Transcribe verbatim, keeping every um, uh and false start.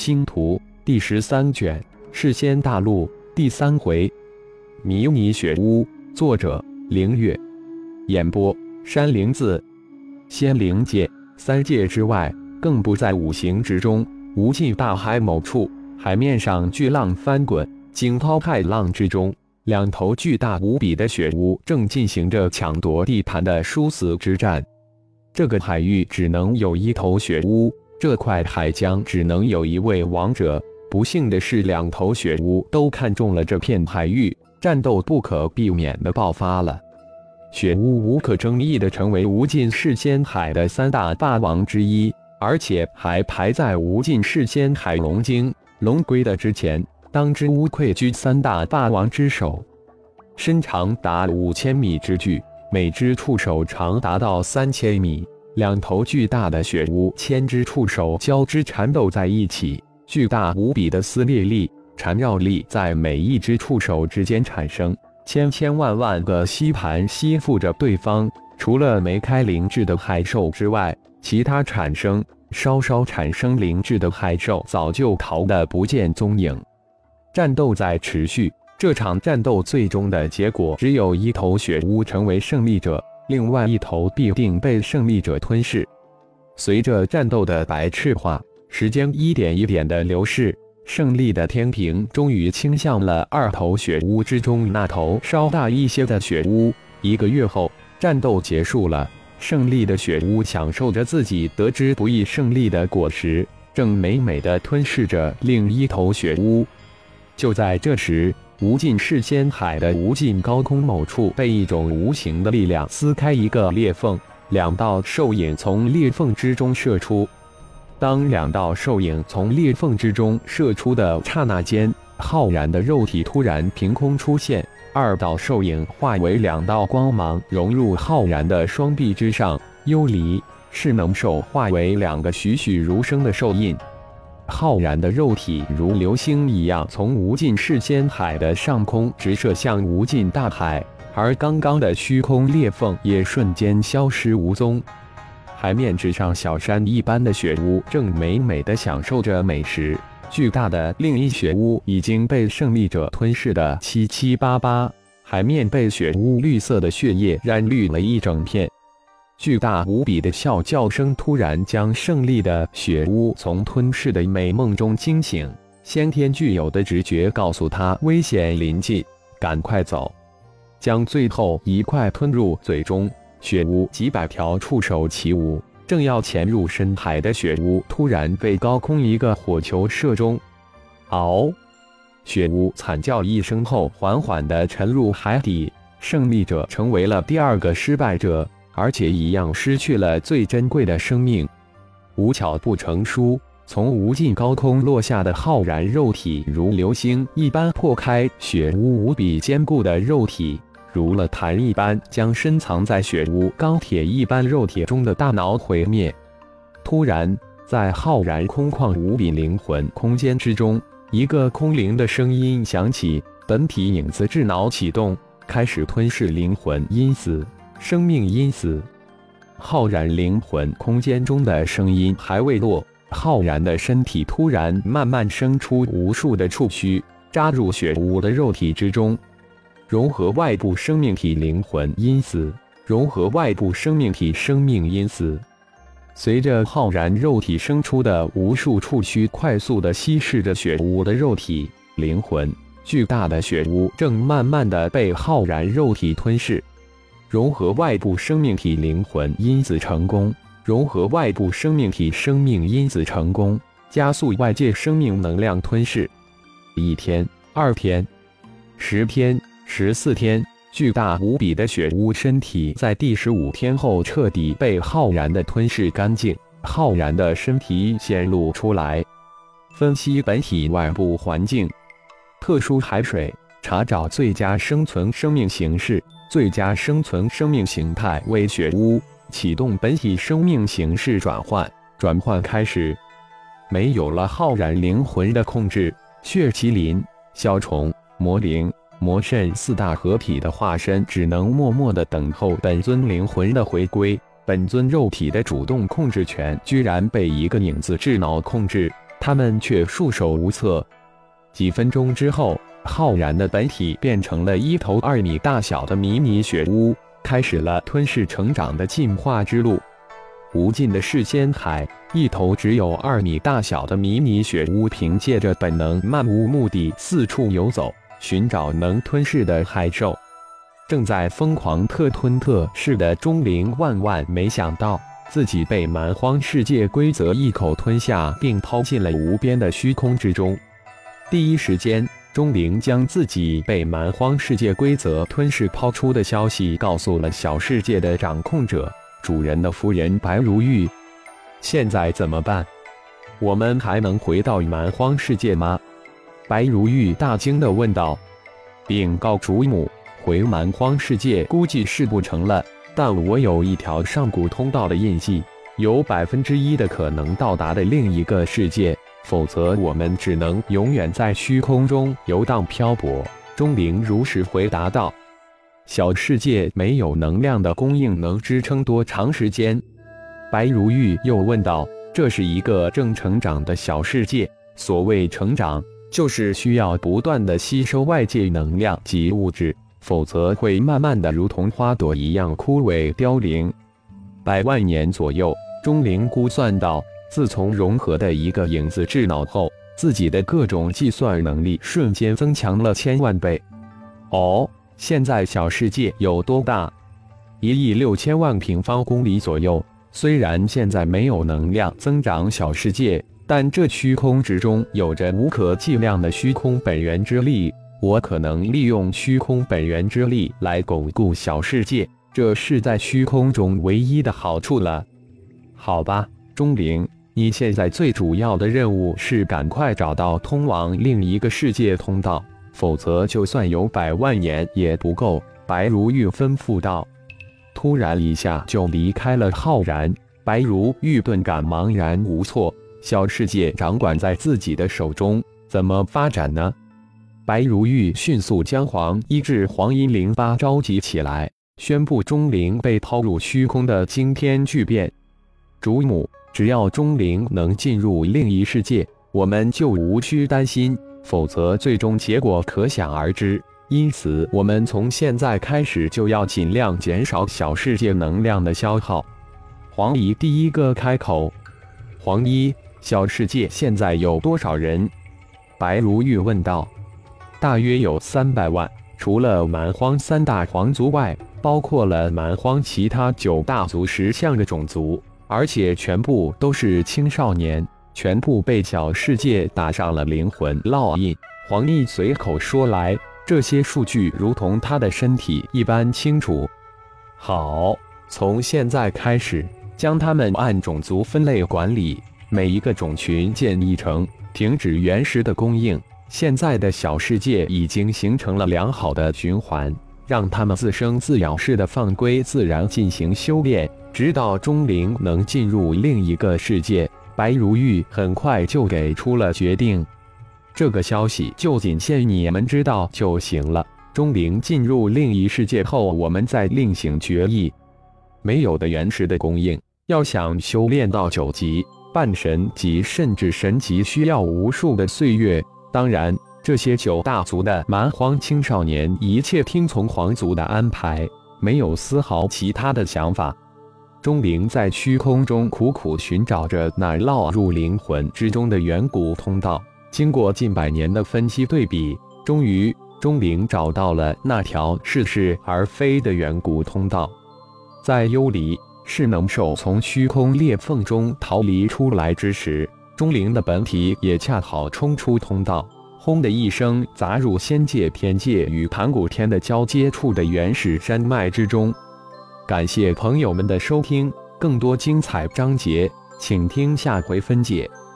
星图第十三卷，世仙大陆第三回，迷你雪屋。作者：凌月。演播：山灵子。仙灵界，三界之外，更不在五行之中。无尽大海某处，海面上巨浪翻滚，惊涛骇浪之中，两头巨大无比的雪乌正进行着抢夺地盘的殊死之战。这个海域只能有一头雪乌，这块海疆只能有一位王者。不幸的是，两头雪乌都看中了这片海域，战斗不可避免地爆发了。雪乌无可争议地成为无尽世仙海的三大霸王之一，而且还排在无尽世仙海龙精、龙龟的之前，当之无愧居三大霸王之首。身长达五千米之巨，每只触手长达到三千米，两头巨大的雪乌千只触手交织缠斗在一起，巨大无比的撕裂力、缠绕力在每一只触手之间产生，千千万万个吸盘吸附着对方。除了没开灵智的海兽之外，其他产生稍稍产生灵智的海兽早就逃得不见踪影。战斗在持续，这场战斗最终的结果只有一头雪乌成为胜利者，另外一头必定被胜利者吞噬。随着战斗的白炽化，时间一点一点的流逝，胜利的天平终于倾向了二头雪乌之中那头稍大一些的雪乌。一个月后，战斗结束了，胜利的雪乌享受着自己得之不易胜利的果实，正美美地吞噬着另一头雪乌。就在这时，无尽世仙海的无尽高空某处被一种无形的力量撕开一个裂缝，两道兽影从裂缝之中射出。当两道兽影从裂缝之中射出的刹那间，浩然的肉体突然凭空出现，二道兽影化为两道光芒，融入浩然的双臂之上。幽离、噬能兽化为两个栩栩如生的兽印。浩然的肉体如流星一样从无尽世仙海的上空直射向无尽大海，而刚刚的虚空裂缝也瞬间消失无踪。海面之上，小山一般的雪乌正美美地享受着美食，巨大的另一雪乌已经被胜利者吞噬得七七八八，海面被雪乌绿色的血液染绿了一整片。巨大无比的啸叫声突然将胜利的雪乌从吞噬的美梦中惊醒，先天具有的直觉告诉他危险临近，赶快走，将最后一块吞入嘴中。雪乌几百条触手起舞，正要潜入深海的雪乌突然被高空一个火球射中。嗷！雪乌惨叫一声后缓缓地沉入海底，胜利者成为了第二个失败者，而且一样失去了最珍贵的生命。无巧不成书，从无尽高空落下的浩然肉体如流星一般破开雪乌无比坚固的肉体，如了弹一般将深藏在雪乌钢铁一般肉体中的大脑毁灭。突然，在浩然空旷无比灵魂空间之中，一个空灵的声音响起，本体影子智脑启动，开始吞噬灵魂因子、生命因子。浩然灵魂空间中的声音还未落，浩然的身体突然慢慢生出无数的触须，扎入雪乌的肉体之中，融合外部生命体灵魂因子，融合外部生命体生命因子。随着浩然肉体生出的无数触须快速地稀释着雪乌的肉体灵魂，巨大的雪乌正慢慢地被浩然肉体吞噬。融合外部生命体灵魂因子成功，融合外部生命体生命因子成功，加速外界生命能量吞噬。一天、二天、十天、十四天，巨大无比的雪乌身体在第十五天后彻底被浩然的吞噬干净，浩然的身体显露出来。分析本体外部环境，特殊海水，查找最佳生存生命形式，最佳生存生命形态为雪乌，启动本体生命形式转换，转换开始。没有了浩然灵魂的控制，血麒麟、枭虫、魔灵、魔神四大合体的化身只能默默地等候本尊灵魂的回归。本尊肉体的主动控制权居然被一个影子智脑控制， 他们却束手无策。几分钟之后，浩然的本体变成了一头二米大小的迷你雪乌，开始了吞噬成长的进化之路。无尽的世间海，一头只有二米大小的迷你雪乌凭借着本能漫无目的四处游走，寻找能吞噬的海兽。正在疯狂特吞特噬的钟灵万万没想到，自己被蛮荒世界规则一口吞下，并抛进了无边的虚空之中。第一时间，钟灵将自己被蛮荒世界规则吞噬抛出的消息告诉了小世界的掌控者，主人的夫人白如玉。现在怎么办？我们还能回到蛮荒世界吗？白如玉大惊地问道，禀告主母，回蛮荒世界估计是不成了，但我有一条上古通道的印记，有百分之一的可能到达的另一个世界，否则我们只能永远在虚空中游荡漂泊。钟灵如实回答道。小世界没有能量的供应能支撑多长时间？白如玉又问道。这是一个正成长的小世界，所谓成长，就是需要不断的吸收外界能量及物质，否则会慢慢的如同花朵一样枯萎凋零。百万年左右，钟灵估算道，自从融合的一个影子智脑后，自己的各种计算能力瞬间增强了千万倍。哦，现在小世界有多大？一亿六千万平方公里左右。虽然现在没有能量增长小世界，但这虚空之中有着无可计量的虚空本源之力，我可能利用虚空本源之力来巩固小世界，这是在虚空中唯一的好处了。好吧，钟灵，你现在最主要的任务是赶快找到通往另一个世界通道，否则就算有百万年也不够。白如玉吩咐道。突然一下就离开了浩然，白如玉顿感茫然无措。小世界掌管在自己的手中，怎么发展呢？白如玉迅速将黄衣至黄衣零八召集起来，宣布钟灵被抛入虚空的惊天巨变。主母，只要钟灵能进入另一世界，我们就无需担心，否则最终结果可想而知。因此，我们从现在开始就要尽量减少小世界能量的消耗。黄衣第一个开口：“黄衣，小世界现在有多少人？”白如玉问道。“大约有三百万，除了蛮荒三大皇族外，包括了蛮荒其他九大族十项的种族，而且全部都是青少年，全部被小世界打上了灵魂烙印。”黄衣随口说来。这些数据如同他的身体一般清楚。好，从现在开始，将他们按种族分类管理，每一个种群建一城，停止原石的供应。现在的小世界已经形成了良好的循环，让他们自生自养式的放归自然进行修炼，直到钟灵能进入另一个世界。白如玉很快就给出了决定。这个消息就仅限你们知道就行了。钟灵进入另一世界后，我们再另行决议。没有的原石的供应，要想修炼到九级、半神级甚至神级，需要无数的岁月。当然，这些九大族的蛮荒青少年一切听从皇族的安排，没有丝毫其他的想法。钟灵在虚空中苦苦寻找着那烙入灵魂之中的远古通道。经过近百年的分析对比，终于钟灵找到了那条似是而非的远古通道。在幽离是能兽从虚空裂缝中逃离出来之时，钟灵的本体也恰好冲出通道，轰的一声砸入仙界天界与盘古天的交接处的原始山脉之中。感谢朋友们的收听，更多精彩章节，请听下回分解。